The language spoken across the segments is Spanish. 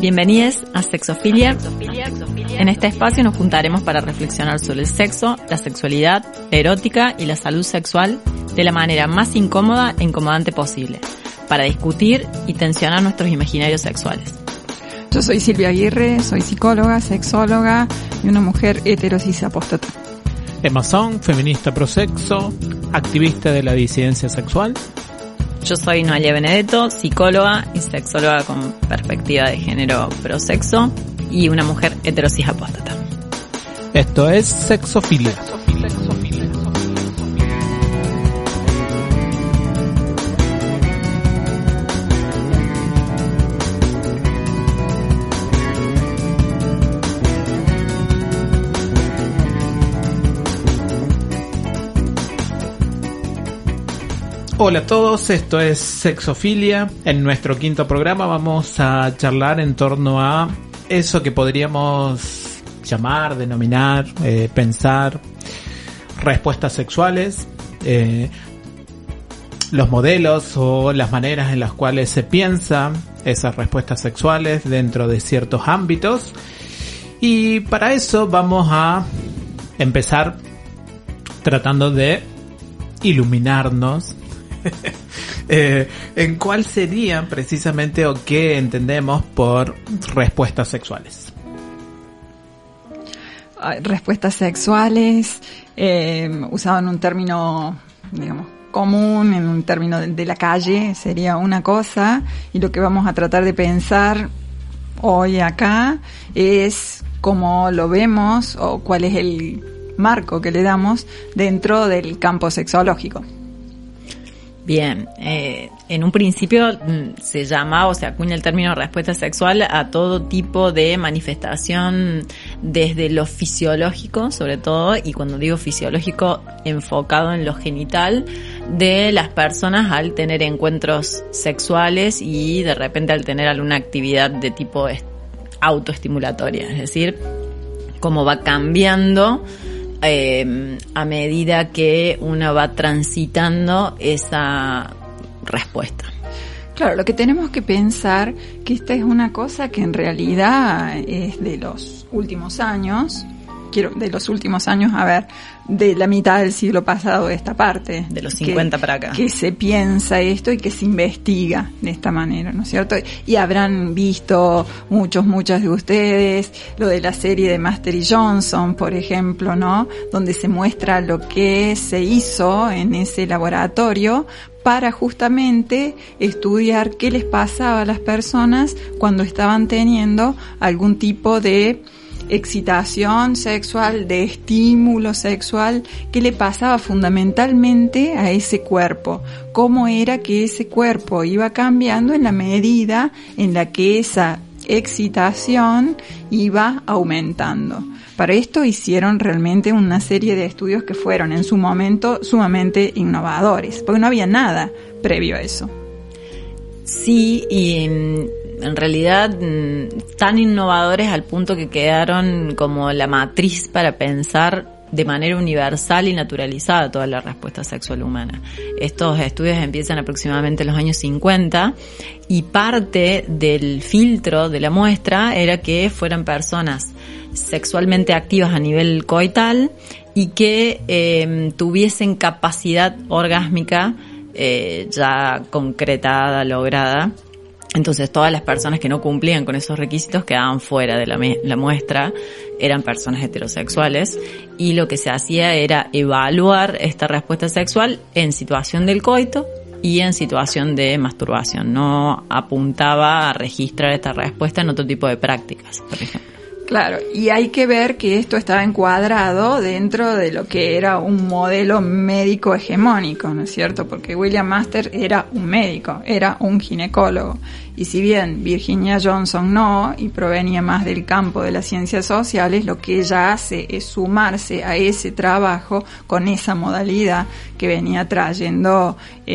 Bienvenidos a Sexofilia. En este espacio nos juntaremos para reflexionar sobre el sexo, la sexualidad, la erótica y la salud sexual de la manera más incómoda e incomodante posible, para discutir y tensionar nuestros imaginarios sexuales. Yo soy Silvia Aguirre, soy psicóloga, sexóloga y una mujer heterosis apóstata. Emma Song, feminista prosexo, activista de la disidencia sexual. Yo soy Noelia Benedetto, psicóloga y sexóloga con perspectiva de género prosexo y una mujer heterosis apóstata. Esto es Sexofilia. Hola a todos, esto es Sexofilia. En nuestro quinto programa vamos a charlar en torno a eso que podríamos llamar, denominar, pensar respuestas sexuales, los modelos o las maneras en las cuales se piensan esas respuestas sexuales dentro de ciertos ámbitos. Y para eso vamos a empezar tratando de iluminarnos en cuál sería precisamente o qué entendemos por respuestas sexuales. Respuestas sexuales, usado en un término, digamos, común, en un término de la calle, sería una cosa, y lo que vamos a tratar de pensar hoy acá es cómo lo vemos o cuál es el marco que le damos dentro del campo sexológico. Bien, en un principio se llamaba o se acuña el término respuesta sexual a todo tipo de manifestación desde lo fisiológico, sobre todo, y cuando digo fisiológico, enfocado en lo genital, de las personas al tener encuentros sexuales y de repente al tener alguna actividad de tipo autoestimulatoria, es decir, cómo va cambiando a medida que uno va transitando esa respuesta. Claro, lo que tenemos que pensar que esta es una cosa que en realidad es de los últimos años, de la mitad del siglo pasado de esta parte. De los 50 para acá. Que se piensa esto y que se investiga de esta manera, ¿no es cierto? Y habrán visto muchas de ustedes lo de la serie de Master y Johnson, por ejemplo, ¿no? Donde se muestra lo que se hizo en ese laboratorio para justamente estudiar qué les pasaba a las personas cuando estaban teniendo algún tipo de excitación sexual, de estímulo sexual, qué le pasaba fundamentalmente a ese cuerpo, cómo era que ese cuerpo iba cambiando en la medida en la que esa excitación iba aumentando. Para esto hicieron realmente una serie de estudios que fueron en su momento sumamente innovadores, porque no había nada previo a eso. Sí, y en realidad tan innovadores al punto que quedaron como la matriz para pensar de manera universal y naturalizada toda la respuesta sexual humana. Estos estudios empiezan aproximadamente en los años 50 y parte del filtro de la muestra era que fueran personas sexualmente activas a nivel coital y que tuviesen capacidad orgásmica ya concretada, lograda. Entonces todas las personas que no cumplían con esos requisitos quedaban fuera de la muestra, eran personas heterosexuales, y lo que se hacía era evaluar esta respuesta sexual en situación del coito y en situación de masturbación. No apuntaba a registrar esta respuesta en otro tipo de prácticas, por ejemplo. Claro, y hay que ver que esto estaba encuadrado dentro de lo que era un modelo médico hegemónico, ¿no es cierto? Porque William Master era un médico, era un ginecólogo. Y si bien Virginia Johnson no, y provenía más del campo de las ciencias sociales, lo que ella hace es sumarse a ese trabajo con esa modalidad que venía trayendo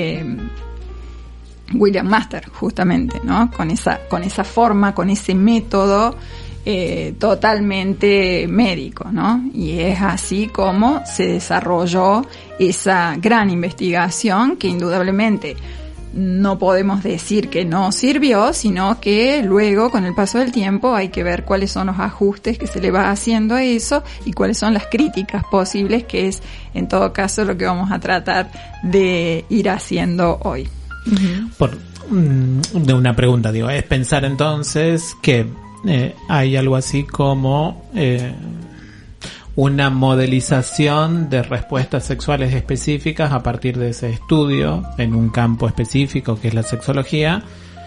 William Master, justamente, ¿no? Con esa forma, con ese método totalmente médico, ¿no? Y es así como se desarrolló esa gran investigación que indudablemente no podemos decir que no sirvió, sino que luego, con el paso del tiempo, hay que ver cuáles son los ajustes que se le va haciendo a eso y cuáles son las críticas posibles, que es, en todo caso, lo que vamos a tratar de ir haciendo hoy. De una pregunta, digo, es pensar entonces que hay algo así como una modelización de respuestas sexuales específicas a partir de ese estudio en un campo específico que es la sexología,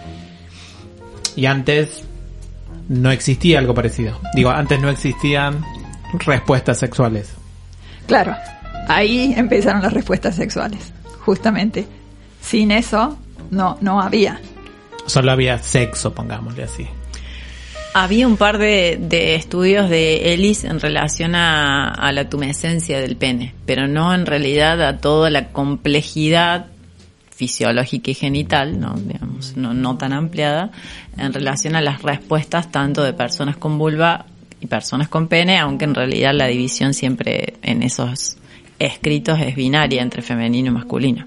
y antes no existía algo parecido. Digo, antes no existían respuestas sexuales. Claro, ahí empezaron las respuestas sexuales, justamente. Sin eso no había. Solo había sexo, pongámosle así. Había un par de estudios de Ellis en relación a la tumescencia del pene, pero no en realidad a toda la complejidad fisiológica y genital, digamos, no tan ampliada, en relación a las respuestas tanto de personas con vulva y personas con pene, aunque en realidad la división siempre en esos escritos es binaria entre femenino y masculino.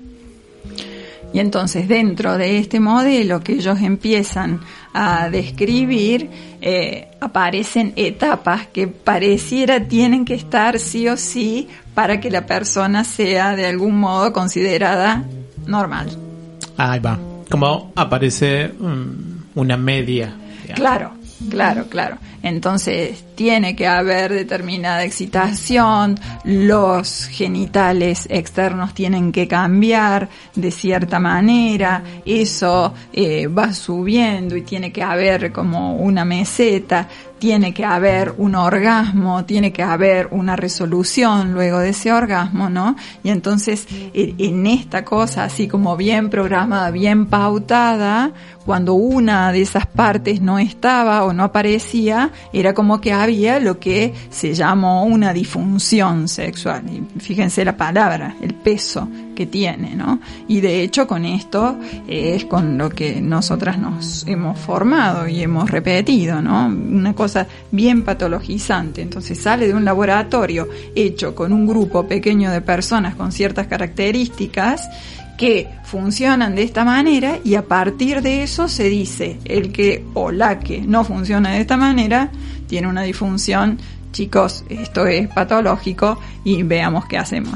Y entonces, dentro de este modelo que ellos empiezan a describir, aparecen etapas que pareciera tienen que estar sí o sí para que la persona sea de algún modo considerada normal. Ahí va. Como aparece una media. Digamos. Claro. Entonces tiene que haber determinada excitación, los genitales externos tienen que cambiar de cierta manera, eso va subiendo y tiene que haber como una meseta, tiene que haber un orgasmo, tiene que haber una resolución luego de ese orgasmo, ¿no? Y entonces en esta cosa así como bien programada, bien pautada, cuando una de esas partes no estaba o no aparecía, era como que había lo que se llamó una disfunción sexual. Y fíjense la palabra, el peso que tiene, ¿no? Y de hecho con esto es con lo que nosotras nos hemos formado y hemos repetido, ¿no? Una cosa bien patologizante. Entonces sale de un laboratorio hecho con un grupo pequeño de personas con ciertas características que funcionan de esta manera, y a partir de eso se dice el que o la que no funciona de esta manera tiene una disfunción. Chicos, esto es patológico y veamos qué hacemos.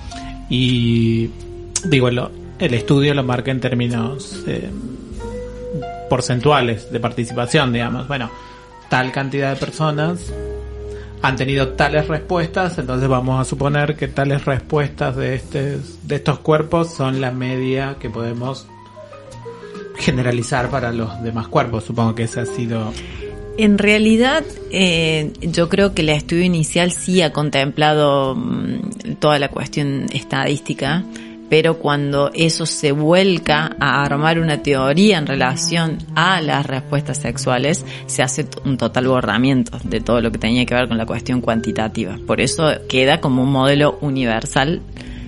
Y digo, el estudio lo marca en términos porcentuales de participación, digamos. Bueno, tal cantidad de personas han tenido tales respuestas, entonces vamos a suponer que tales respuestas de estos cuerpos son la media que podemos generalizar para los demás cuerpos. Supongo que ese ha sido... En realidad, yo creo que el estudio inicial sí ha contemplado toda la cuestión estadística, pero cuando eso se vuelca a armar una teoría en relación a las respuestas sexuales, se hace un total borramiento de todo lo que tenía que ver con la cuestión cuantitativa. Por eso queda como un modelo universal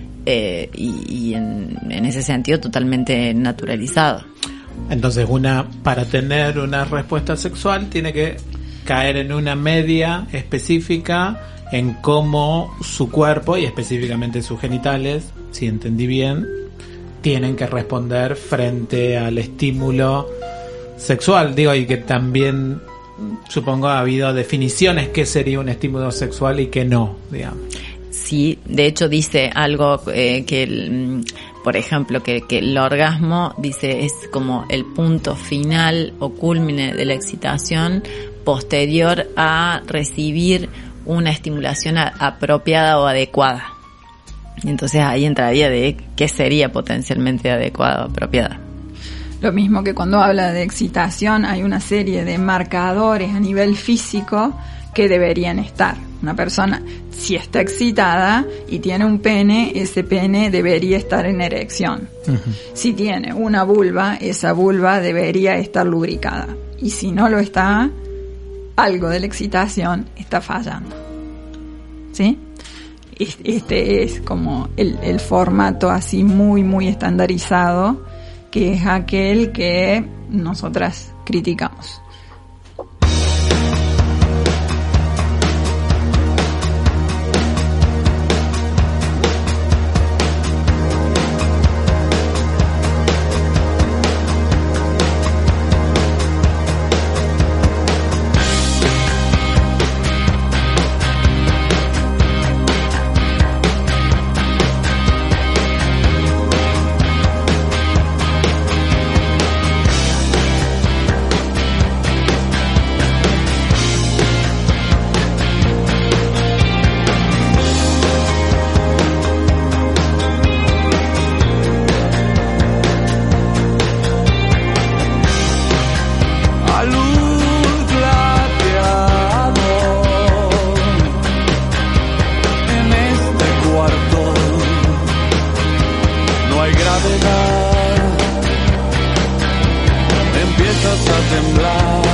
y en ese sentido totalmente naturalizado. Entonces para tener una respuesta sexual tiene que caer en una media específica en cómo su cuerpo y específicamente sus genitales, si entendí bien, tienen que responder frente al estímulo sexual. Digo, y que también supongo ha habido definiciones qué sería un estímulo sexual y qué no, digamos. Sí, de hecho dice algo por ejemplo, que el orgasmo, dice, es como el punto final o cúlmine de la excitación posterior a recibir una estimulación apropiada o adecuada. Y entonces ahí entraría de qué sería potencialmente adecuada o apropiada. Lo mismo que cuando habla de excitación, hay una serie de marcadores a nivel físico que deberían estar. Una persona, si está excitada y tiene un pene, ese pene debería estar en erección. Uh-huh. Si tiene una vulva, esa vulva debería estar lubricada. Y si no lo está, algo de la excitación está fallando. ¿Sí? Este es como el formato así muy, muy estandarizado, que es aquel que nosotras criticamos. gravedad, empiezas a temblar.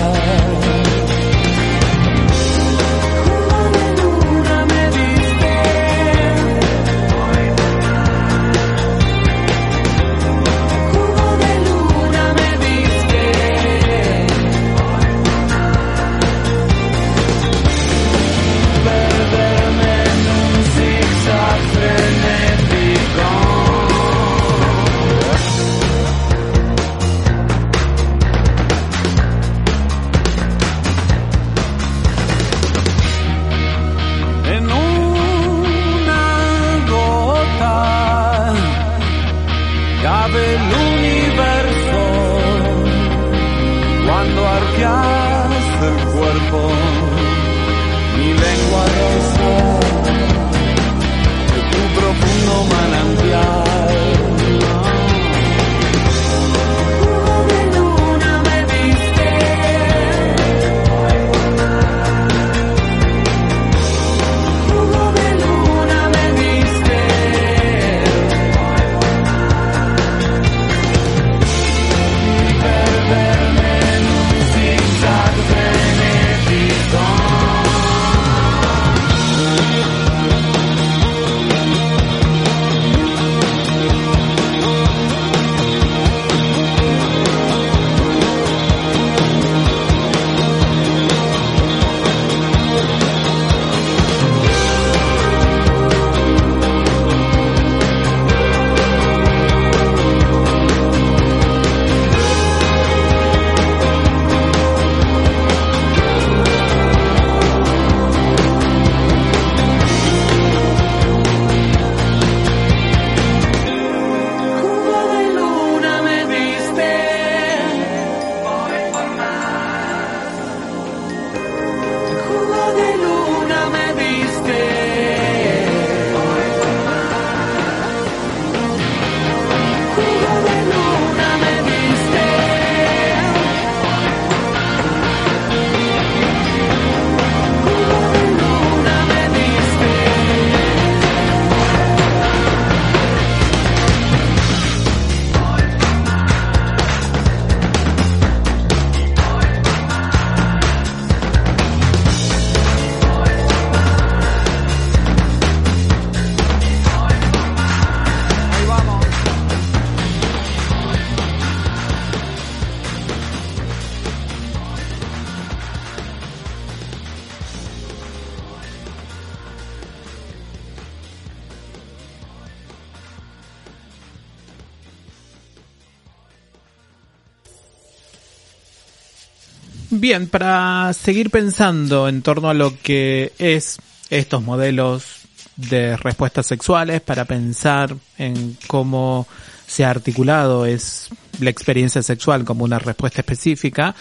Bien, para seguir pensando en torno a lo que es estos modelos de respuestas sexuales, para pensar en cómo se ha articulado es la experiencia sexual como una respuesta específica,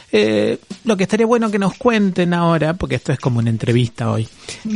lo que estaría bueno que nos cuenten ahora, porque esto es como una entrevista hoy,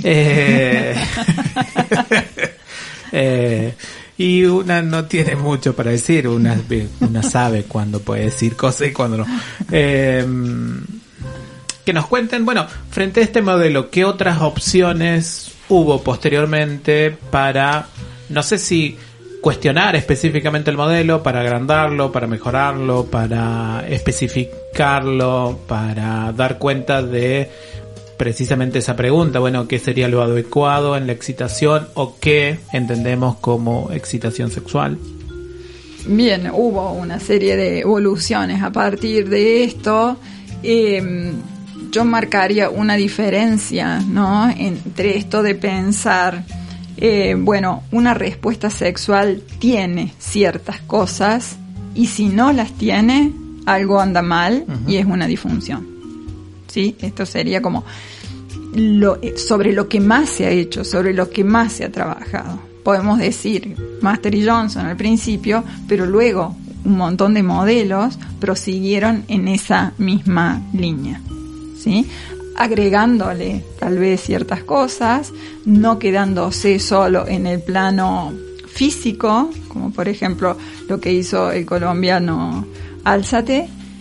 y una no tiene mucho para decir, una sabe cuándo puede decir cosas y cuándo no. Que nos cuenten, bueno, frente a este modelo, ¿qué otras opciones hubo posteriormente para, no sé si cuestionar específicamente el modelo, para agrandarlo, para mejorarlo, para especificarlo, para dar cuenta de precisamente esa pregunta, bueno, ¿qué sería lo adecuado en la excitación o qué entendemos como excitación sexual? Bien, hubo una serie de evoluciones a partir de esto. Yo marcaría una diferencia, ¿no?, entre esto de pensar, bueno, una respuesta sexual tiene ciertas cosas y si no las tiene, algo anda mal y es una disfunción. ¿Sí? Esto sería como sobre lo que más se ha hecho, sobre lo que más se ha trabajado. Podemos decir Master y Johnson al principio, pero luego un montón de modelos prosiguieron en esa misma línea, ¿sí? Agregándole tal vez ciertas cosas, no quedándose solo en el plano físico, como por ejemplo lo que hizo el colombiano Álzate,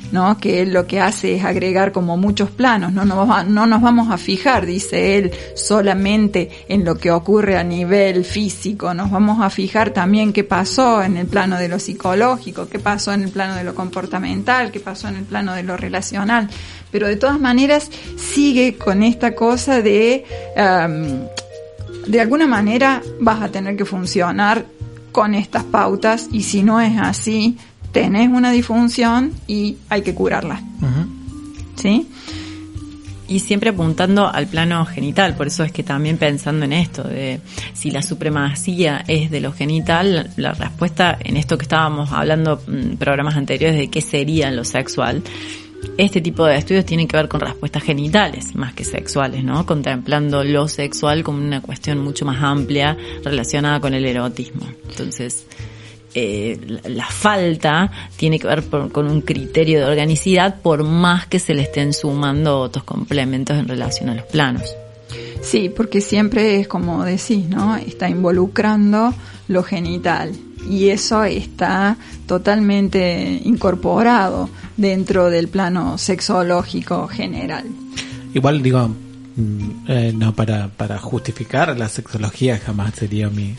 ¿no? Que él lo que hace es agregar como muchos planos, no nos vamos a fijar, dice él, solamente en lo que ocurre a nivel físico, nos vamos a fijar también qué pasó en el plano de lo psicológico, qué pasó en el plano de lo comportamental, qué pasó en el plano de lo relacional, pero de todas maneras sigue con esta cosa de alguna manera vas a tener que funcionar con estas pautas, y si no es así, tenés una disfunción y hay que curarla. ¿Sí? Y siempre apuntando al plano genital, por eso es que también pensando en esto, de si la supremacía es de lo genital, la respuesta en esto que estábamos hablando en programas anteriores de qué sería lo sexual, este tipo de estudios tienen que ver con respuestas genitales más que sexuales, ¿no? Contemplando lo sexual como una cuestión mucho más amplia relacionada con el erotismo. Entonces, la falta tiene que ver con un criterio de organicidad, por más que se le estén sumando otros complementos en relación a los planos. Sí, porque siempre es como decís, ¿no? Está involucrando lo genital y eso está totalmente incorporado dentro del plano sexológico general. Igual digo, no para justificar la sexología, jamás sería mi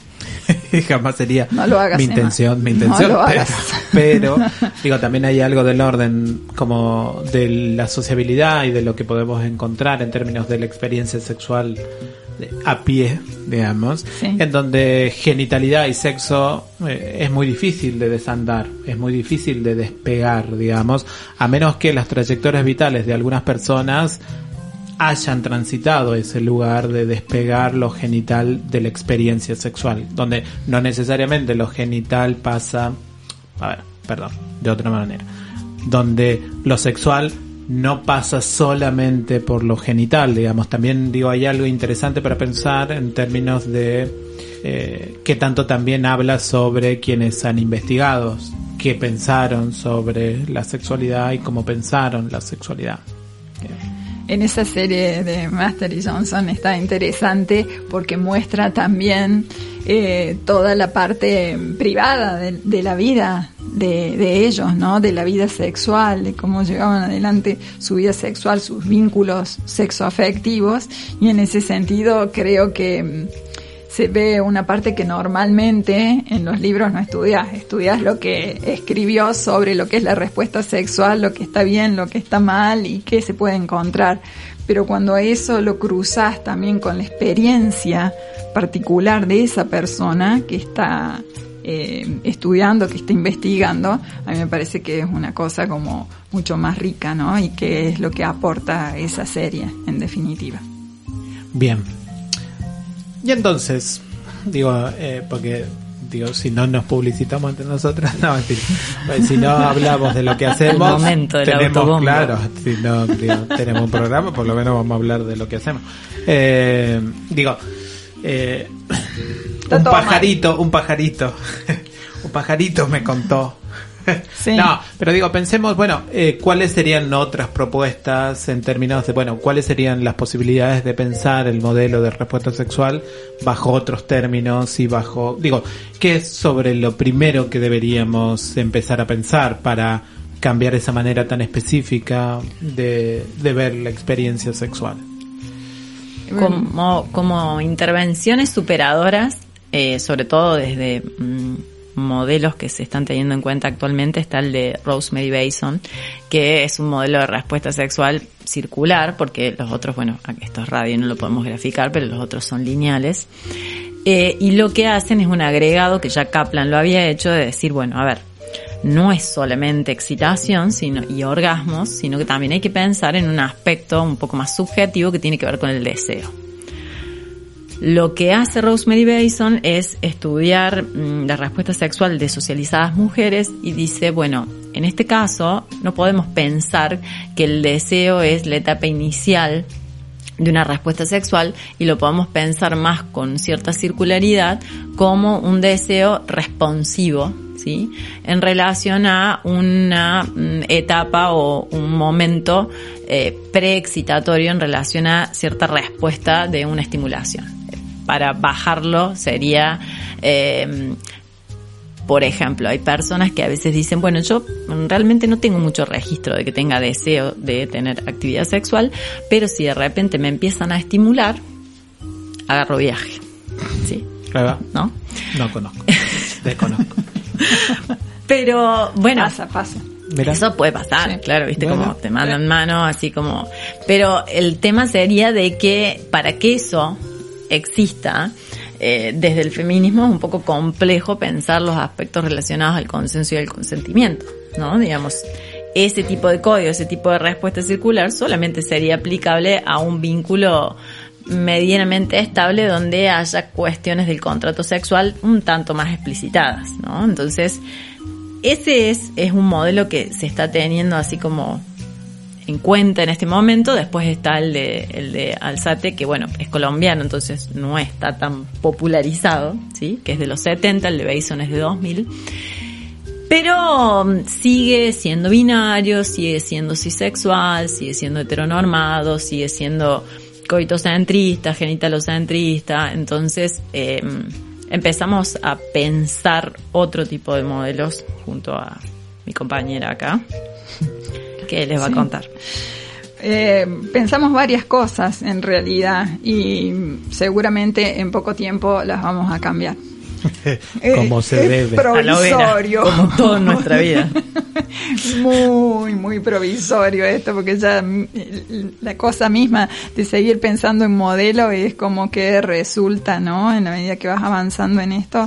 intención, no lo hagas. pero digo, también hay algo del orden como de la sociabilidad y de lo que podemos encontrar en términos de la experiencia sexual a pie, digamos, sí, en donde genitalidad y sexo es muy difícil de desandar, es muy difícil de despegar, digamos, a menos que las trayectorias vitales de algunas personas hayan transitado ese lugar de despegar lo genital de la experiencia sexual, donde no necesariamente lo genital pasa, de otra manera, donde lo sexual no pasa solamente por lo genital, digamos. También digo, hay algo interesante para pensar en términos de qué tanto también habla sobre quienes han investigado, qué pensaron sobre la sexualidad y cómo pensaron la sexualidad. En esa serie de Master y Johnson está interesante porque muestra también toda la parte privada de la vida de ellos, ¿no? De la vida sexual, de cómo llevaban adelante su vida sexual, sus vínculos sexoafectivos, y en ese sentido creo que se ve una parte que normalmente en los libros no estudias lo que escribió sobre lo que es la respuesta sexual, lo que está bien, lo que está mal y qué se puede encontrar. Pero cuando eso lo cruzas también con la experiencia particular de esa persona que está estudiando, que está investigando, a mí me parece que es una cosa como mucho más rica, ¿no? Y que es lo que aporta esa serie, en definitiva. Bien. Y entonces, porque si no nos publicitamos entre nosotros, no, si no hablamos de lo que hacemos, el momento del autobombo. Claro, si no, tenemos un programa, por lo menos vamos a hablar de lo que hacemos. Un pajarito me contó. Sí. No, pero pensemos, ¿cuáles serían otras propuestas en términos de, cuáles serían las posibilidades de pensar el modelo de respuesta sexual bajo otros términos y qué es sobre lo primero que deberíamos empezar a pensar para cambiar esa manera tan específica de ver la experiencia sexual? Como intervenciones superadoras, sobre todo desde modelos que se están teniendo en cuenta actualmente, está el de Rosemary Bason, que es un modelo de respuesta sexual circular, porque los otros, esto es radio y no lo podemos graficar, pero los otros son lineales, y lo que hacen es un agregado que ya Kaplan lo había hecho, de decir, no es solamente excitación y orgasmos, sino que también hay que pensar en un aspecto un poco más subjetivo que tiene que ver con el deseo. Lo que hace Rosemary Bason es estudiar la respuesta sexual de socializadas mujeres y dice, en este caso no podemos pensar que el deseo es la etapa inicial de una respuesta sexual y lo podemos pensar más con cierta circularidad como un deseo responsivo, ¿sí? En relación a una etapa o un momento preexcitatorio en relación a cierta respuesta de una estimulación. Para bajarlo sería Por ejemplo, hay personas que a veces dicen, bueno, yo realmente no tengo mucho registro de que tenga deseo de tener actividad sexual, pero si de repente me empiezan a estimular, agarro viaje. ¿Sí? ¿No? No conozco. Desconozco. Pero, bueno. Pasa. Mirá. Eso puede pasar, sí. Claro, viste, bueno, como te mandan mano, así como... Pero el tema sería de que para que eso exista, desde el feminismo es un poco complejo pensar los aspectos relacionados al consenso y al consentimiento, ¿no? Digamos, ese tipo de código, ese tipo de respuesta circular solamente sería aplicable a un vínculo medianamente estable donde haya cuestiones del contrato sexual un tanto más explicitadas, ¿no? Entonces, ese es un modelo que se está teniendo así como en cuenta en este momento. Después está el de Alzate, que bueno, es colombiano, entonces no está tan popularizado, ¿sí? Que es de los 70, el de Bason es de 2000. Pero sigue siendo binario, sigue siendo cisexual, sigue siendo heteronormado, sigue siendo coitocentrista, genitalocentrista. Entonces, empezamos a pensar otro tipo de modelos junto a mi compañera acá, que les va a contar. Pensamos varias cosas en realidad y seguramente en poco tiempo las vamos a cambiar. Como se debe. Provisorio. Como toda nuestra vida. Muy, muy provisorio esto, porque ya la cosa misma de seguir pensando en modelo es como que resulta, ¿no? En la medida que vas avanzando en esto,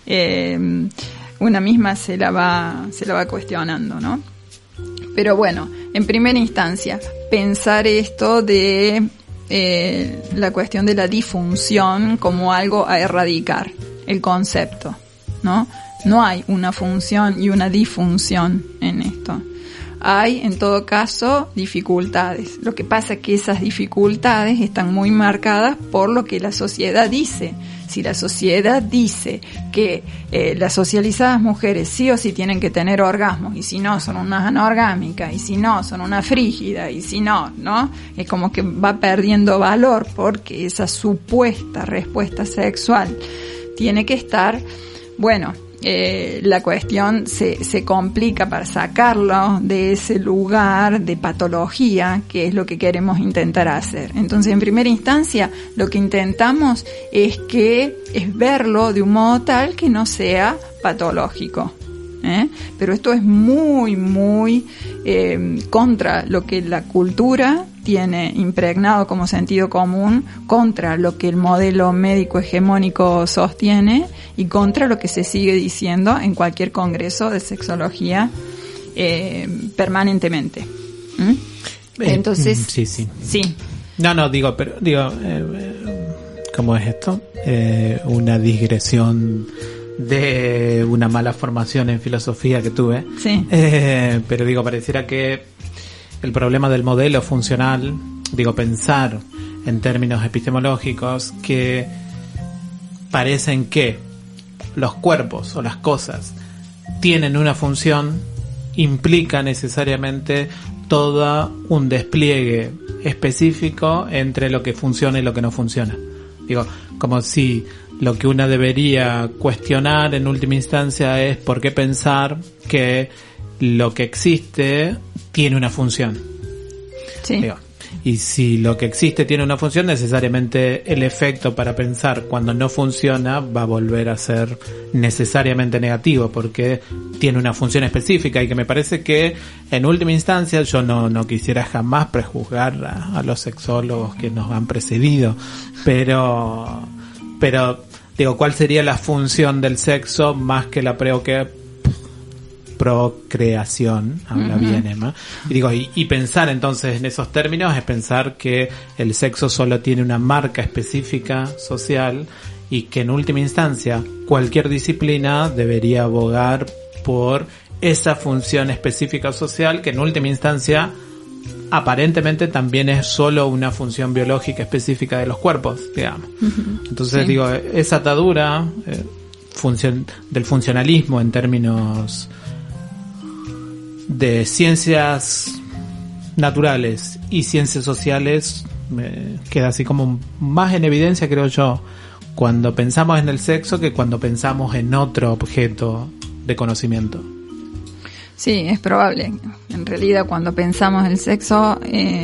una misma se la va cuestionando, ¿no? Pero bueno, en primera instancia, pensar esto de la cuestión de la disfunción como algo a erradicar. El concepto, ¿no? No hay una función y una disfunción en esto. Hay, en todo caso, dificultades. Lo que pasa es que esas dificultades están muy marcadas por lo que la sociedad dice. Si la sociedad dice que las socializadas mujeres sí o sí tienen que tener orgasmos, y si no son unas anorgámicas, y si no son una frígida, y si no, ¿no? Es como que va perdiendo valor porque esa supuesta respuesta sexual tiene que estar, bueno, la cuestión se complica para sacarlo de ese lugar de patología, que es lo que queremos intentar hacer. Entonces, en primera instancia, lo que intentamos es verlo de un modo tal que no sea patológico. Pero esto es muy, muy contra lo que la cultura tiene impregnado como sentido común, contra lo que el modelo médico hegemónico sostiene y contra lo que se sigue diciendo en cualquier congreso de sexología permanentemente. Entonces, sí. No, digo, ¿cómo es esto? Una digresión de una mala formación en filosofía que tuve. Sí. Pero digo, pareciera que el problema del modelo funcional, pensar en términos epistemológicos, que parecen que los cuerpos o las cosas tienen una función, implica necesariamente todo un despliegue específico entre lo que funciona y lo que no funciona. Como si lo que uno debería cuestionar en última instancia es por qué pensar que lo que existe tiene una función. Sí. Y si lo que existe tiene una función, necesariamente el efecto para pensar cuando no funciona va a volver a ser necesariamente negativo, porque tiene una función específica, y que me parece que en última instancia yo no quisiera jamás prejuzgar a los sexólogos que nos han precedido, pero ¿cuál sería la función del sexo más que la procreación? Habla bien Emma. Y pensar entonces en esos términos es pensar que el sexo solo tiene una marca específica social, y que en última instancia cualquier disciplina debería abogar por esa función específica social, que en última instancia aparentemente también es solo una función biológica específica de los cuerpos, digamos. Entonces, sí, esa atadura del funcionalismo en términos de ciencias naturales y ciencias sociales queda así como más en evidencia, creo yo, cuando pensamos en el sexo que cuando pensamos en otro objeto de conocimiento. Sí, es probable. En realidad, cuando pensamos en el sexo,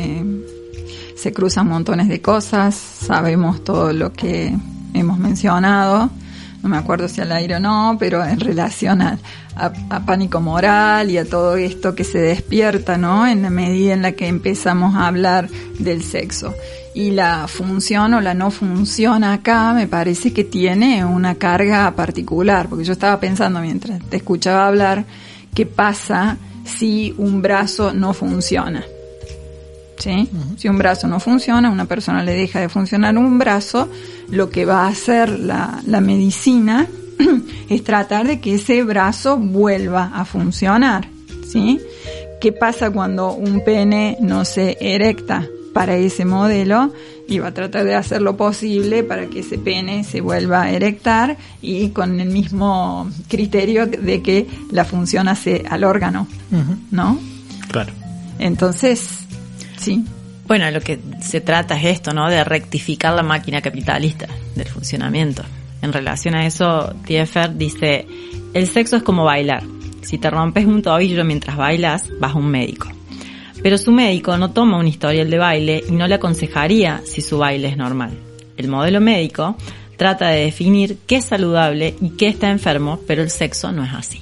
se cruzan montones de cosas, sabemos todo lo que hemos mencionado, no me acuerdo si al aire o no, pero en relación a pánico moral y a todo esto que se despierta, ¿no? En la medida en la que empezamos a hablar del sexo. Y la función o la no función acá me parece que tiene una carga particular, porque yo estaba pensando mientras te escuchaba hablar, ¿qué pasa si un brazo no funciona? ¿Sí? Uh-huh. Si un brazo no funciona, a una persona le deja de funcionar un brazo, lo que va a hacer la medicina es tratar de que ese brazo vuelva a funcionar, ¿sí? ¿Qué pasa cuando un pene no se erecta para ese modelo? Y va a tratar de hacer lo posible para que ese pene se vuelva a erectar y con el mismo criterio de que la función hace al órgano, uh-huh. ¿No? Claro. Entonces, sí. Bueno, lo que se trata es esto, ¿no? De rectificar la máquina capitalista del funcionamiento. En relación a eso, Thieffer dice, el sexo es como bailar. Si te rompes un tobillo mientras bailas, vas a un médico. Pero su médico no toma un historial de baile y no le aconsejaría si su baile es normal. El modelo médico trata de definir qué es saludable y qué está enfermo, pero el sexo no es así.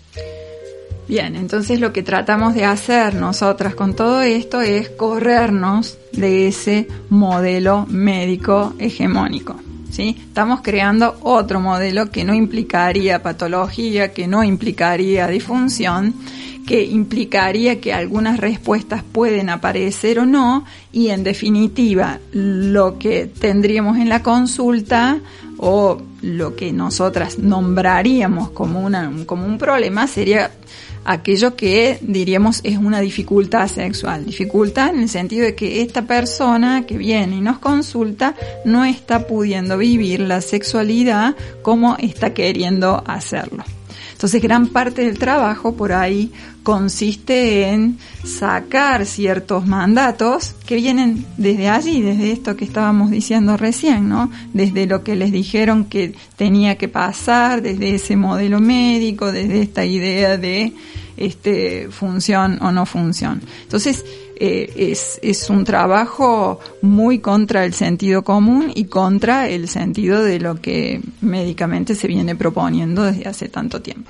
Bien, entonces lo que tratamos de hacer nosotras con todo esto es corrernos de ese modelo médico hegemónico, ¿sí? Estamos creando otro modelo que no implicaría patología, que no implicaría disfunción, que implicaría que algunas respuestas pueden aparecer o no, y en definitiva lo que tendríamos en la consulta o lo que nosotras nombraríamos como un problema sería aquello que diríamos es una dificultad sexual. Dificultad en el sentido de que esta persona que viene y nos consulta no está pudiendo vivir la sexualidad como está queriendo hacerlo. Entonces, gran parte del trabajo por ahí consiste en sacar ciertos mandatos que vienen desde allí, desde esto que estábamos diciendo recién, ¿no? Desde lo que les dijeron que tenía que pasar, desde ese modelo médico, desde esta idea de función o no función. Entonces, es un trabajo muy contra el sentido común y contra el sentido de lo que médicamente se viene proponiendo desde hace tanto tiempo.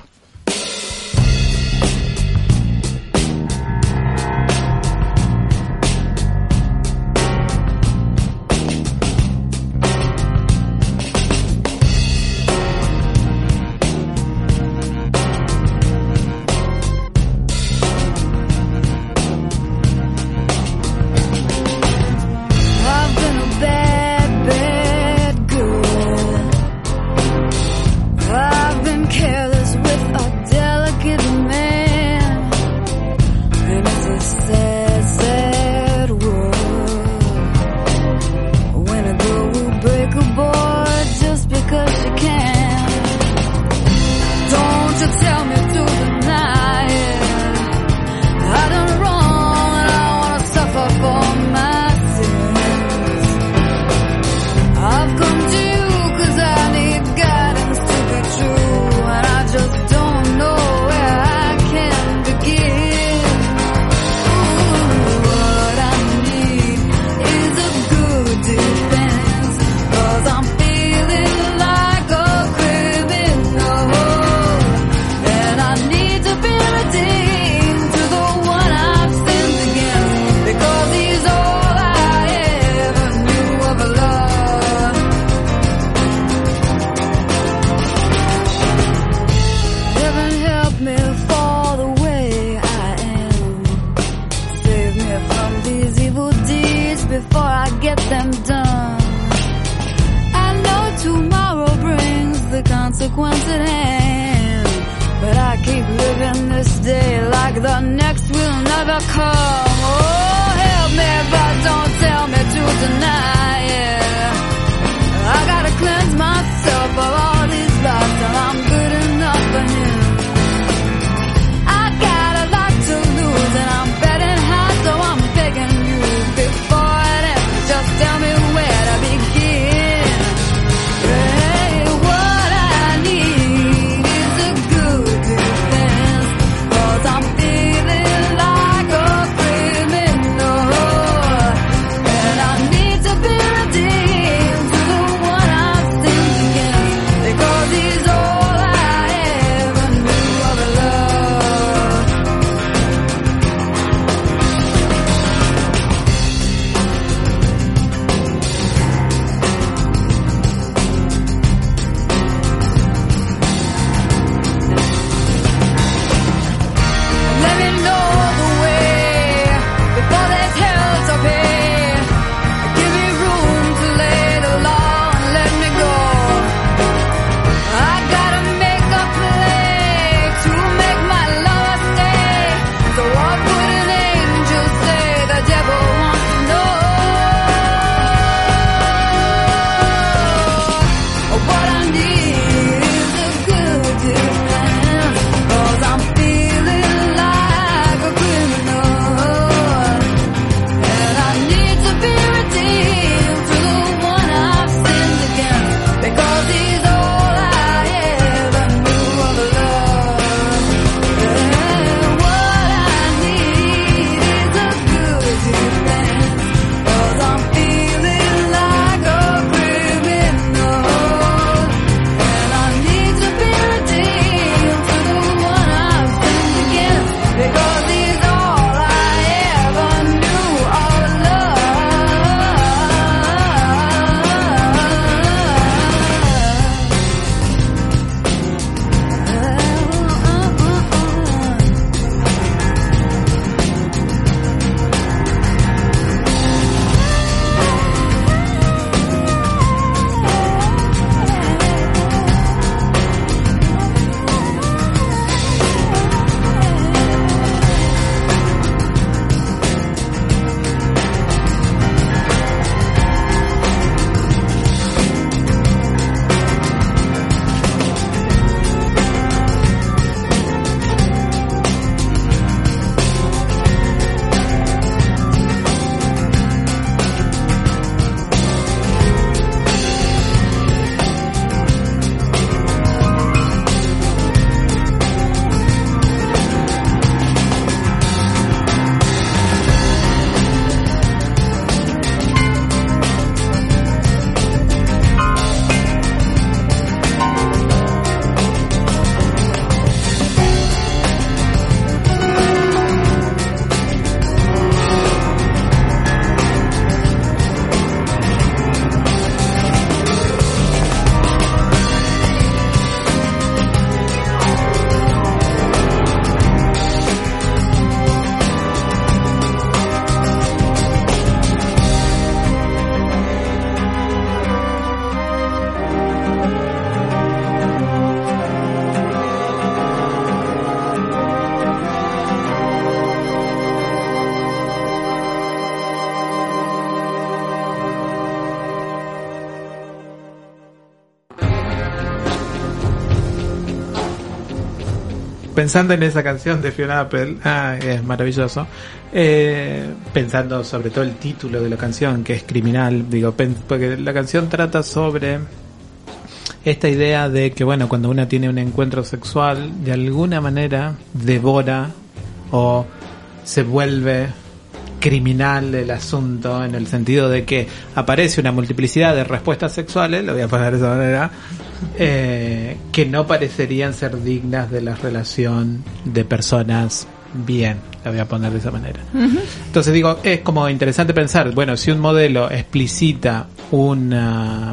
pensando en esa canción de Fiona Apple, es maravilloso, pensando sobre todo el título de la canción, que es Criminal, porque la canción trata sobre esta idea de que, bueno, cuando uno tiene un encuentro sexual, de alguna manera devora o se vuelve criminal el asunto, en el sentido de que aparece una multiplicidad de respuestas sexuales, lo voy a poner de esa manera, que no parecerían ser dignas de la relación de personas bien, la voy a poner de esa manera. Uh-huh. Entonces digo, es como interesante pensar, bueno, si un modelo explicita una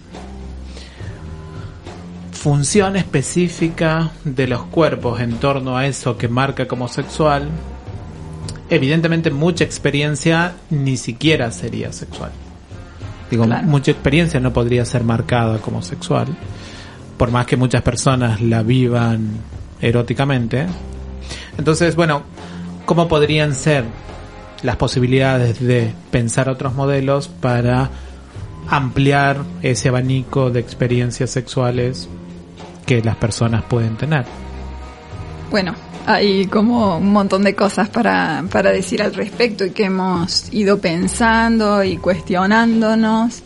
función específica de los cuerpos en torno a eso que marca como sexual, evidentemente mucha experiencia ni siquiera sería sexual. Digo, claro, mucha experiencia no podría ser marcada como sexual, por más que muchas personas la vivan eróticamente. Entonces, bueno, ¿cómo podrían ser las posibilidades de pensar otros modelos para ampliar ese abanico de experiencias sexuales que las personas pueden tener? Bueno, hay como un montón de cosas para decir al respecto y que hemos ido pensando y cuestionándonos,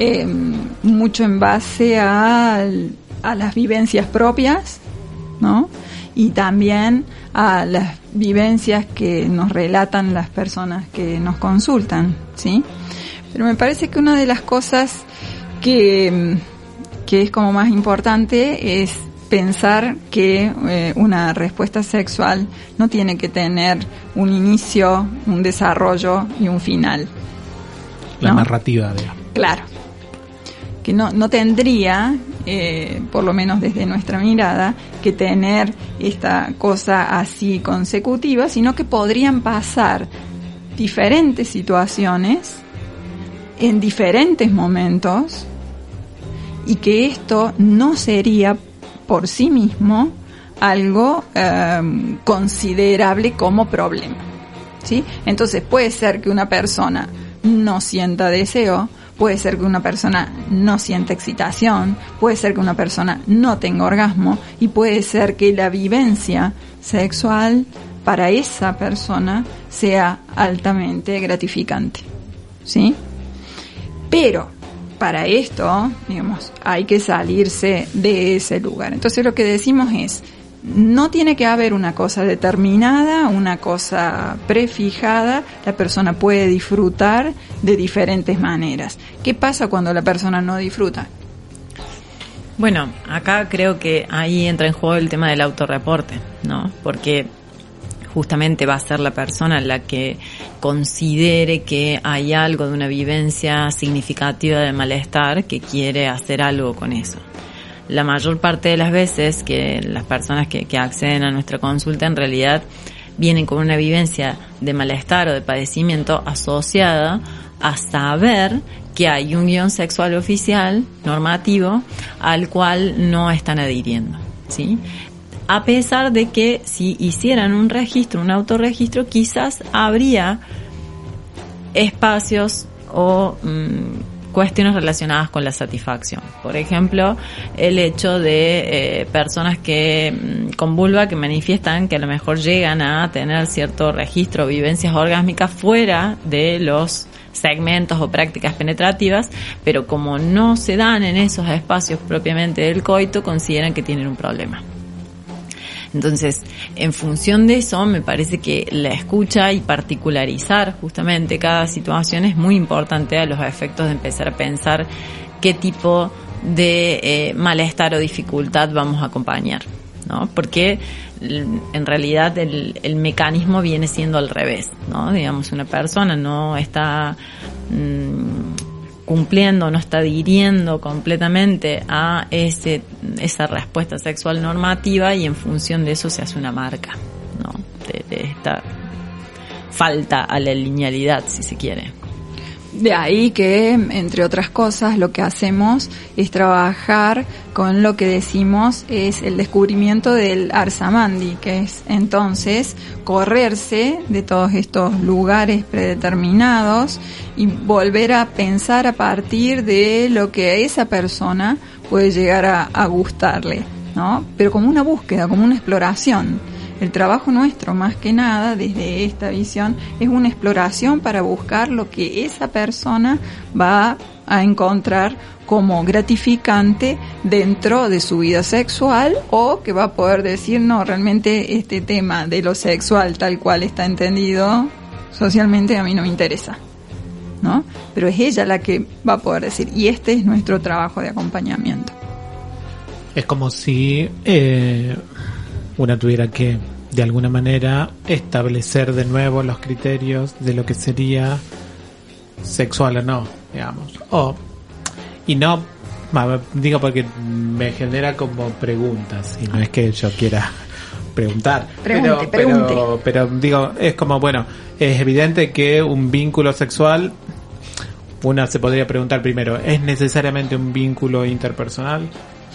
mucho en base a las vivencias propias, ¿no? Y también a las vivencias que nos relatan las personas que nos consultan, ¿sí? Pero me parece que una de las cosas que es como más importante es pensar que una respuesta sexual no tiene que tener un inicio, un desarrollo y un final. La narrativa, digamos. Claro. Que no tendría, por lo menos desde nuestra mirada, que tener esta cosa así consecutiva, sino que podrían pasar diferentes situaciones en diferentes momentos y que esto no sería por sí mismo algo considerable como problema, ¿sí? Entonces puede ser que una persona no sienta deseo, puede ser que una persona no sienta excitación, puede ser que una persona no tenga orgasmo y puede ser que la vivencia sexual para esa persona sea altamente gratificante, ¿sí? Pero para esto, digamos, hay que salirse de ese lugar. Entonces lo que decimos es, no tiene que haber una cosa determinada, una cosa prefijada, la persona puede disfrutar de diferentes maneras. ¿Qué pasa cuando la persona no disfruta? Bueno, acá creo que ahí entra en juego el tema del autorreporte, ¿no? Porque justamente va a ser la persona la que considere que hay algo de una vivencia significativa de malestar que quiere hacer algo con eso. La mayor parte de las veces que las personas que acceden a nuestra consulta en realidad vienen con una vivencia de malestar o de padecimiento asociada a saber que hay un guión sexual oficial normativo al cual no están adhiriendo, ¿sí? A pesar de que si hicieran un registro, un autorregistro, quizás habría espacios o cuestiones relacionadas con la satisfacción. Por ejemplo, el hecho de personas que con vulva que manifiestan que a lo mejor llegan a tener cierto registro o vivencias orgásmicas fuera de los segmentos o prácticas penetrativas, pero como no se dan en esos espacios propiamente del coito, consideran que tienen un problema. Entonces, en función de eso, me parece que la escucha y particularizar justamente cada situación es muy importante a los efectos de empezar a pensar qué tipo de malestar o dificultad vamos a acompañar, ¿no? Porque en realidad el mecanismo viene siendo al revés, ¿no? Digamos, una persona no está cumpliendo, no está adhiriendo completamente a esa respuesta sexual normativa y en función de eso se hace una marca, ¿no? De esta falta a la linealidad, si se quiere. De ahí que, entre otras cosas, lo que hacemos es trabajar con lo que decimos es el descubrimiento del Arsamandi, que es entonces correrse de todos estos lugares predeterminados y volver a pensar a partir de lo que a esa persona puede llegar a gustarle, ¿no? Pero como una búsqueda, como una exploración. El trabajo nuestro, más que nada, desde esta visión, es una exploración para buscar lo que esa persona va a encontrar como gratificante dentro de su vida sexual, o que va a poder decir, no, realmente este tema de lo sexual tal cual está entendido socialmente a mí no me interesa, ¿no? Pero es ella la que va a poder decir, y este es nuestro trabajo de acompañamiento. Es como si una tuviera que, de alguna manera, establecer de nuevo los criterios de lo que sería sexual o no, digamos. Y no, digo porque me genera como preguntas, y no es que yo quiera preguntar. Pregunte. Pero digo, es como, bueno, es evidente que un vínculo sexual, una se podría preguntar primero, ¿es necesariamente un vínculo interpersonal?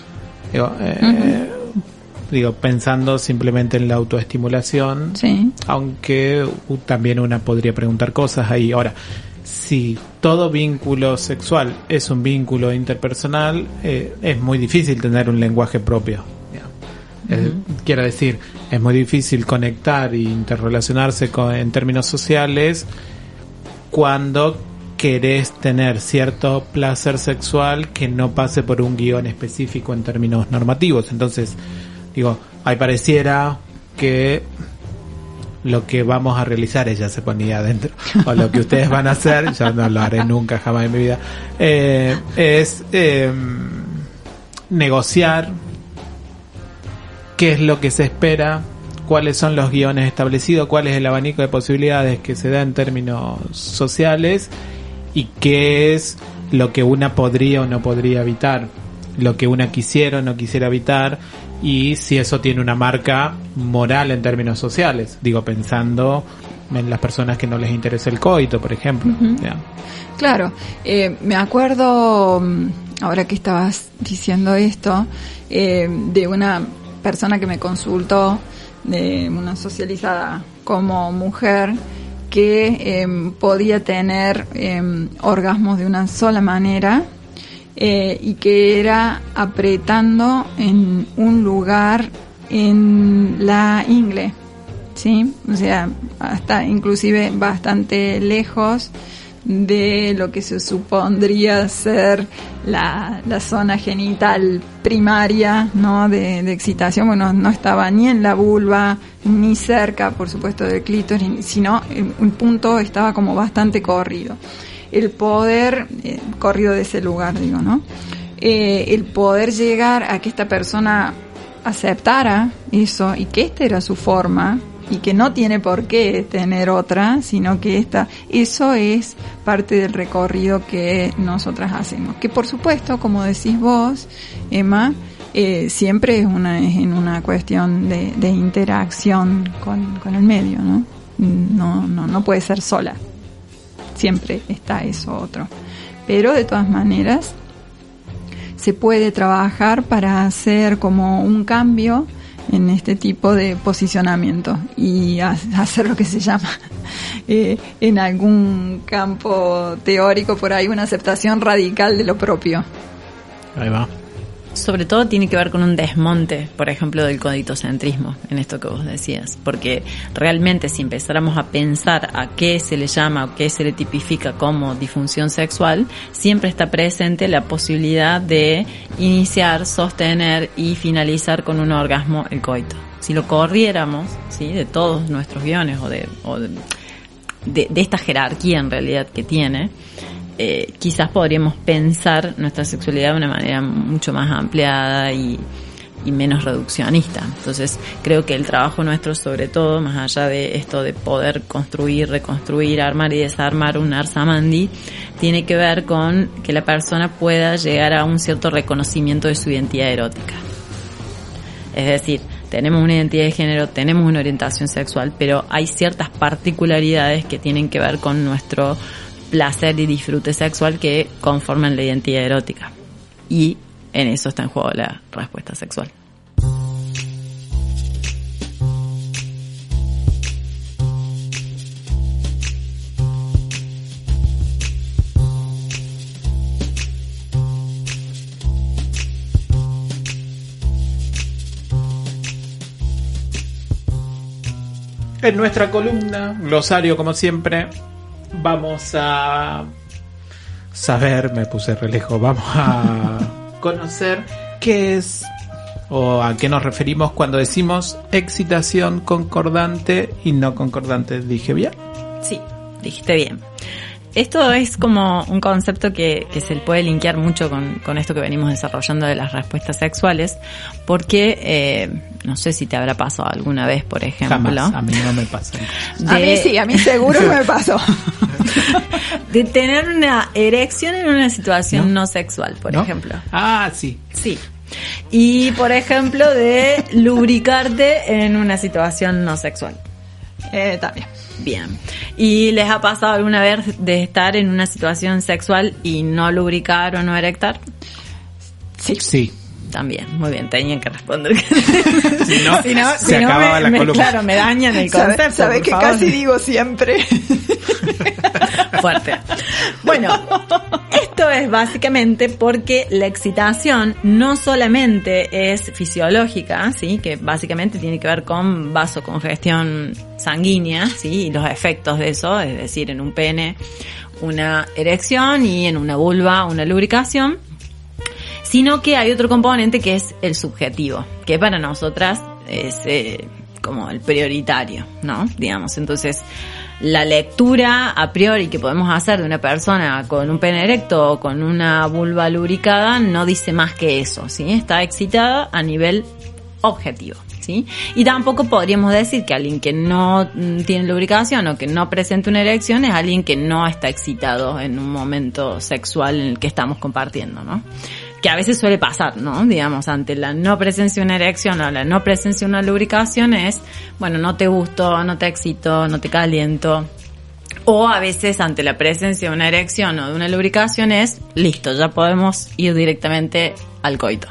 Digo, pensando simplemente en la autoestimulación, sí. Aunque también una podría preguntar cosas ahí. Ahora, si todo vínculo sexual es un vínculo interpersonal, es muy difícil tener un lenguaje propio. Quiero decir, es muy difícil conectar e interrelacionarse en términos sociales cuando querés tener cierto placer sexual que no pase por un guión específico en términos normativos. Entonces, digo, ahí pareciera que lo que vamos a realizar, ella se ponía adentro, o lo que ustedes van a hacer, yo no lo haré nunca jamás en mi vida, es negociar qué es lo que se espera, cuáles son los guiones establecidos, cuál es el abanico de posibilidades que se da en términos sociales, y qué es lo que una podría o no podría evitar, lo que una quisiera o no quisiera evitar, y si eso tiene una marca moral en términos sociales. Digo, pensando en las personas que no les interesa el coito, por ejemplo. Uh-huh. Claro, me acuerdo, ahora que estabas diciendo esto, de una persona que me consultó, de una socializada como mujer, que podía tener orgasmos de una sola manera, y que era apretando en un lugar en la ingle, ¿sí? O sea, hasta inclusive bastante lejos de lo que se supondría ser la zona genital primaria, ¿no? De excitación. Bueno, no estaba ni en la vulva, ni cerca, por supuesto, del clítoris, sino un punto estaba como bastante corrido. El poder, corrido de ese lugar, digo, ¿no? El poder llegar a que esta persona aceptara eso, y que esta era su forma, y que no tiene por qué tener otra, sino que eso es parte del recorrido que nosotras hacemos. Que por supuesto, como decís vos, Emma, siempre es en una cuestión de interacción con el medio, ¿no? No puede ser sola. Siempre está eso otro. Pero de todas maneras se puede trabajar para hacer como un cambio en este tipo de posicionamiento y hacer lo que se llama en algún campo teórico por ahí una aceptación radical de lo propio. Ahí va. Sobre todo tiene que ver con un desmonte, por ejemplo, del coditocentrismo, en esto que vos decías, porque realmente si empezáramos a pensar a qué se le llama o qué se le tipifica como disfunción sexual, siempre está presente la posibilidad de iniciar, sostener y finalizar con un orgasmo el coito. Si lo corriéramos, ¿sí?, de todos nuestros guiones o de esta jerarquía en realidad que tiene, quizás podríamos pensar nuestra sexualidad de una manera mucho más ampliada y menos reduccionista. Entonces creo que el trabajo nuestro, sobre todo, más allá de esto de poder construir, reconstruir, armar y desarmar un Arsamandi, tiene que ver con que la persona pueda llegar a un cierto reconocimiento de su identidad erótica. Es decir, tenemos una identidad de género, tenemos una orientación sexual, pero hay ciertas particularidades que tienen que ver con nuestro placer y disfrute sexual que conforman la identidad erótica. Y en eso está en juego la respuesta sexual. En nuestra columna, glosario como siempre, vamos a saber, me puse re lejos, vamos a conocer qué es o a qué nos referimos cuando decimos excitación concordante y no concordante. ¿Dije bien? Sí, dijiste bien. Esto es como un concepto que se puede linkear mucho con esto que venimos desarrollando de las respuestas sexuales, porque no sé si te habrá pasado alguna vez, por ejemplo. Jamás, a mí no me pasó. A mí sí, a mí seguro que me pasó. De tener una erección en una situación no sexual, por ejemplo. Ah, sí. Sí. Y, por ejemplo, de lubricarte en una situación no sexual. También. Bien. ¿Y les ha pasado alguna vez de estar en una situación sexual y no lubricar o no erectar? Sí. Sí. También, muy bien, tenían que responder. Si no, se acababa la columna. Claro, me dañan el concepto. ¿Sabes que favor. casi digo siempre? Fuerte. Bueno, esto es básicamente porque la excitación no solamente es fisiológica, ¿sí? Que básicamente tiene que ver con vasocongestión sanguínea, ¿sí? Y los efectos de eso, es decir, en un pene una erección y en una vulva una lubricación, sino que hay otro componente que es el subjetivo, que para nosotras es como el prioritario, ¿no? Digamos, entonces la lectura a priori que podemos hacer de una persona con un pene erecto o con una vulva lubricada no dice más que eso, ¿sí? Está excitada a nivel objetivo, ¿sí? Y tampoco podríamos decir que alguien que no tiene lubricación o que no presenta una erección es alguien que no está excitado en un momento sexual en el que estamos compartiendo, ¿no? Que a veces suele pasar, ¿no? Digamos, ante la no presencia de una erección o la no presencia de una lubricación es, bueno, no te gusto, no te excito, no te caliento. O a veces ante la presencia de una erección o de una lubricación es, listo, ya podemos ir directamente al coito.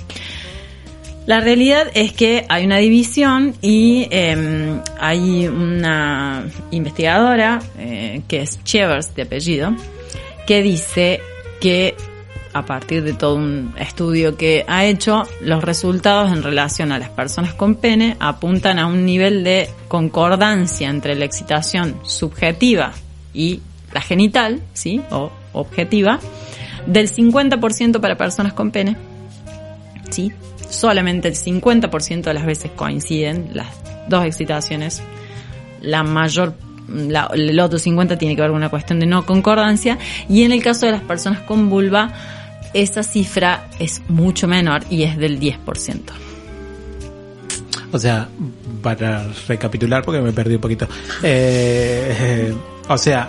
La realidad es que hay una división y hay una investigadora, que es Chevers de apellido, que dice que a partir de todo un estudio que ha hecho, los resultados en relación a las personas con pene apuntan a un nivel de concordancia entre la excitación subjetiva y la genital, ¿sí? O objetiva, del 50% para personas con pene, ¿sí? Solamente el 50% de las veces coinciden las dos excitaciones. El otro 50% tiene que ver con una cuestión de no concordancia, y en el caso de las personas con vulva, esa cifra es mucho menor y es del 10%. O sea, para recapitular, porque me perdí un poquito. O sea,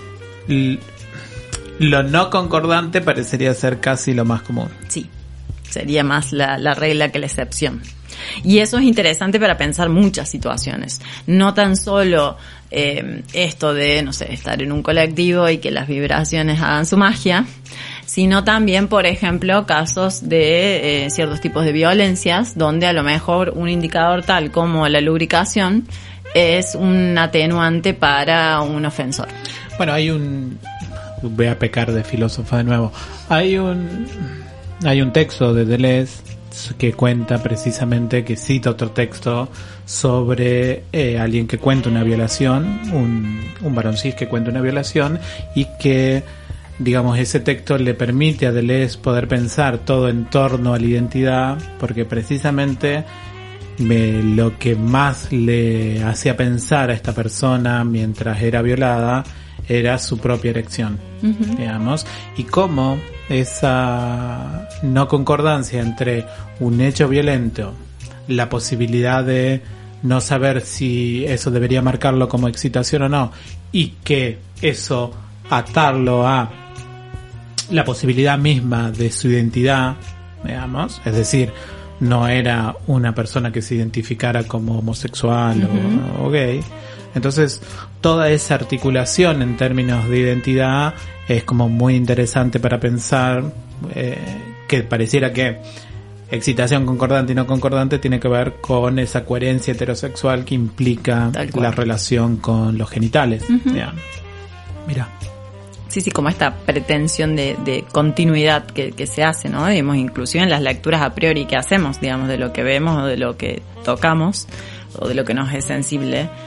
lo no concordante parecería ser casi lo más común. Sí, sería más la regla que la excepción. Y eso es interesante para pensar muchas situaciones. No tan solo esto de, no sé, estar en un colectivo y que las vibraciones hagan su magia, sino también, por ejemplo, casos de ciertos tipos de violencias, donde a lo mejor un indicador tal como la lubricación es un atenuante para un ofensor. Bueno, voy a pecar de filósofo de nuevo. Hay un texto de Deleuze que cuenta precisamente, que cita otro texto sobre alguien que cuenta una violación, un varón cis que cuenta una violación, y que, digamos, ese texto le permite a Deleuze poder pensar todo en torno a la identidad, porque precisamente lo que más le hacía pensar a esta persona mientras era violada era su propia erección, digamos, y cómo esa no concordancia entre un hecho violento, la posibilidad de no saber si eso debería marcarlo como excitación o no, y que eso atarlo a la posibilidad misma de su identidad, digamos, es decir, no era una persona que se identificara como homosexual o gay. Entonces, toda esa articulación en términos de identidad es como muy interesante para pensar, que pareciera que excitación concordante y no concordante tiene que ver con esa coherencia heterosexual que implica la relación con los genitales. Mira. Sí, como esta pretensión de continuidad que se hace, ¿no? Digamos, inclusive en las lecturas a priori que hacemos, digamos, de lo que vemos o de lo que tocamos o de lo que nos es sensible.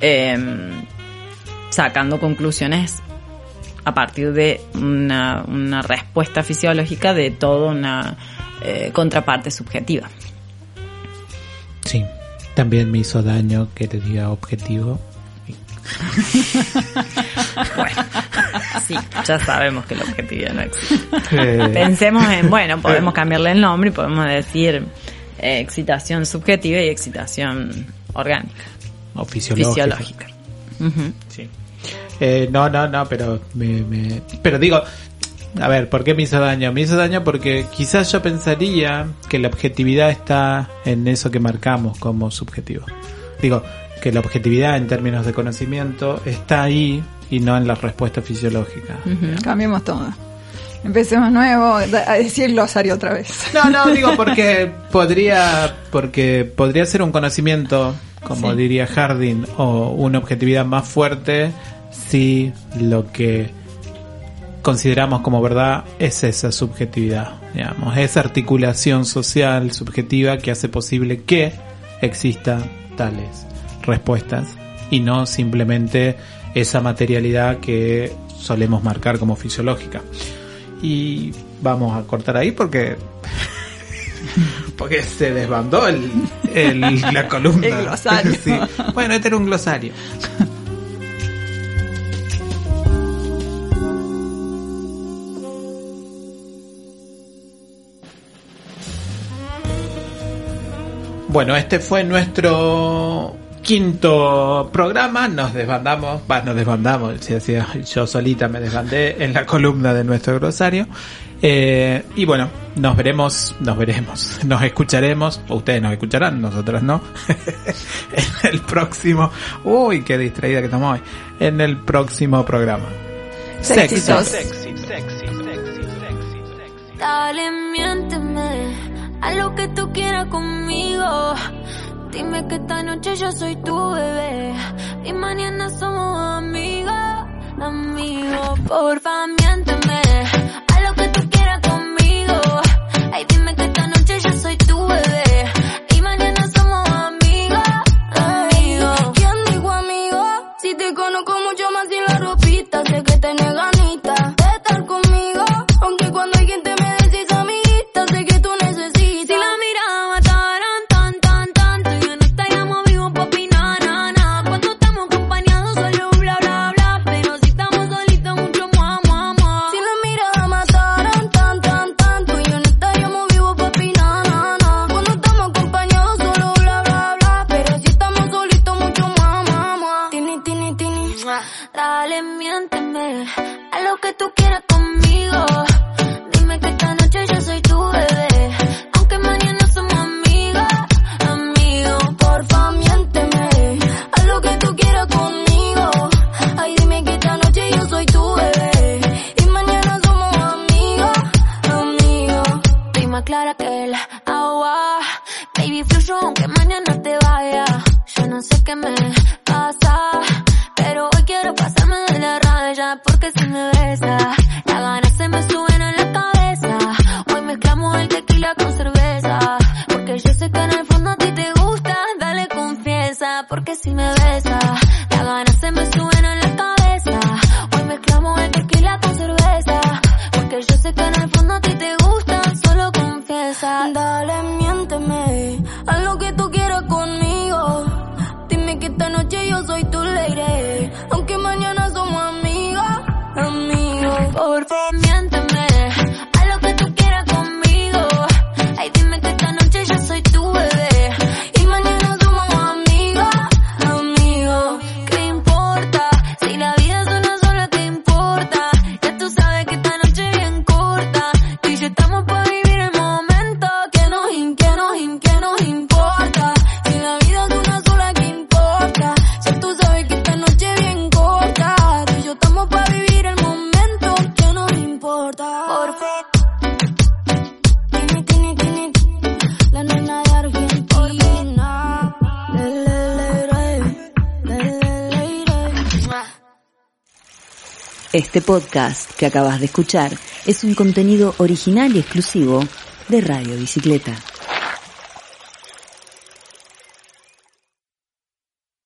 sacando conclusiones a partir de una respuesta fisiológica de toda una contraparte subjetiva. Sí, también me hizo daño que te diga objetivo. Bueno, sí, ya sabemos que la objetividad no existe. Pensemos en, bueno, podemos cambiarle el nombre y podemos decir excitación subjetiva y excitación orgánica. O fisiológica. Uh-huh. Sí. No, pero pero digo, a ver, ¿por qué me hizo daño? Me hizo daño porque quizás yo pensaría que la objetividad está en eso que marcamos como subjetivo. Digo, que la objetividad en términos de conocimiento está ahí y no en la respuesta fisiológica. Uh-huh. Cambiemos todo. Empecemos nuevo a decir glosario otra vez. No, digo porque podría ser un conocimiento, como sí, diría Harding, o una objetividad más fuerte si lo que consideramos como verdad es esa subjetividad, digamos, esa articulación social subjetiva que hace posible que existan tales respuestas y no simplemente esa materialidad que solemos marcar como fisiológica. Y vamos a cortar ahí porque se desbandó la columna. El glosario. Sí. Bueno, este era un glosario. Bueno, este fue nuestro quinto programa. Nos desbandamos, yo solita me desbandé en la columna de nuestro glosario. Y bueno, nos escucharemos, o ustedes nos escucharán, nosotros no, en el próximo, uy, qué distraída que estamos hoy, en el próximo programa. Sexo. Dale, miénteme a lo que tú quieras conmigo. Dime que esta noche yo soy tu bebé y mañana somos amigos. Porfa, miénteme a lo que tú quieras conmigo. Ay, dime que esta noche yo soy tu bebé y mañana somos amigos. ¿Quién dijo amigo? Si te conozco mucho más sin la ropita, sé que tenés ganitas de estar conmigo. Aunque cuando hay gente me decís amiguita, sé que tú necesitas. Si la mirada mataran tan, tú y yo no estaríamos vivos pa' opinar, na. Cuando estamos acompañados solo bla, bla, bla, pero si estamos solitos mucho mua. Si la mirada mataran tan, tú y yo no estaríamos vivos pa' opinar, na. Cuando estamos acompañados solo bla, bla, bla, pero si estamos solitos mucho mua. Tini, dale, miénteme a lo que tú quieras conmigo. Dime que esta noche yo soy tu bebé, aunque mañana somos amigos. Porfa, miénteme a lo que tú quieras conmigo. Ay, dime que esta noche yo soy tu bebé y mañana somos amigos. Estoy más clara que el agua, baby, fluyo aunque mañana te vaya. Yo no sé qué me pasa, pero hoy quiero pasarme de la raya, porque si me besas, las ganas se me suben a la cabeza. Hoy mezclamos el tequila con cerveza, porque yo sé que en el fondo a ti te gusta. Dale, confiesa, porque si me besas, las ganas se me suben a la cabeza. Hoy mezclamos el tequila con cerveza, porque yo sé que en el fondo a ti te gusta. Solo confiesa. Dale, miénteme a lo que tú quieras conmigo. Dime que esta noche yo soy tu lady, aunque mañana somos amigos. Por favor, miénteme a lo que tú quieras conmigo. Ay, dime que esta noche yo soy tu bebé y mañana somos amigos. ¿Qué importa? Si la vida es una sola, ¿qué importa? Ya tú sabes que esta noche es bien corta, tú y yo estamos para vivir el momento. Que nos importa? Si la vida es una sola, ¿qué importa? Ya tú sabes que esta noche es bien corta, tú y yo estamos para vivir el momento. Que nos importa? Por favor, Tini, la nena de Argentina. Este podcast que acabas de escuchar es un contenido original y exclusivo de Radio Bicicleta.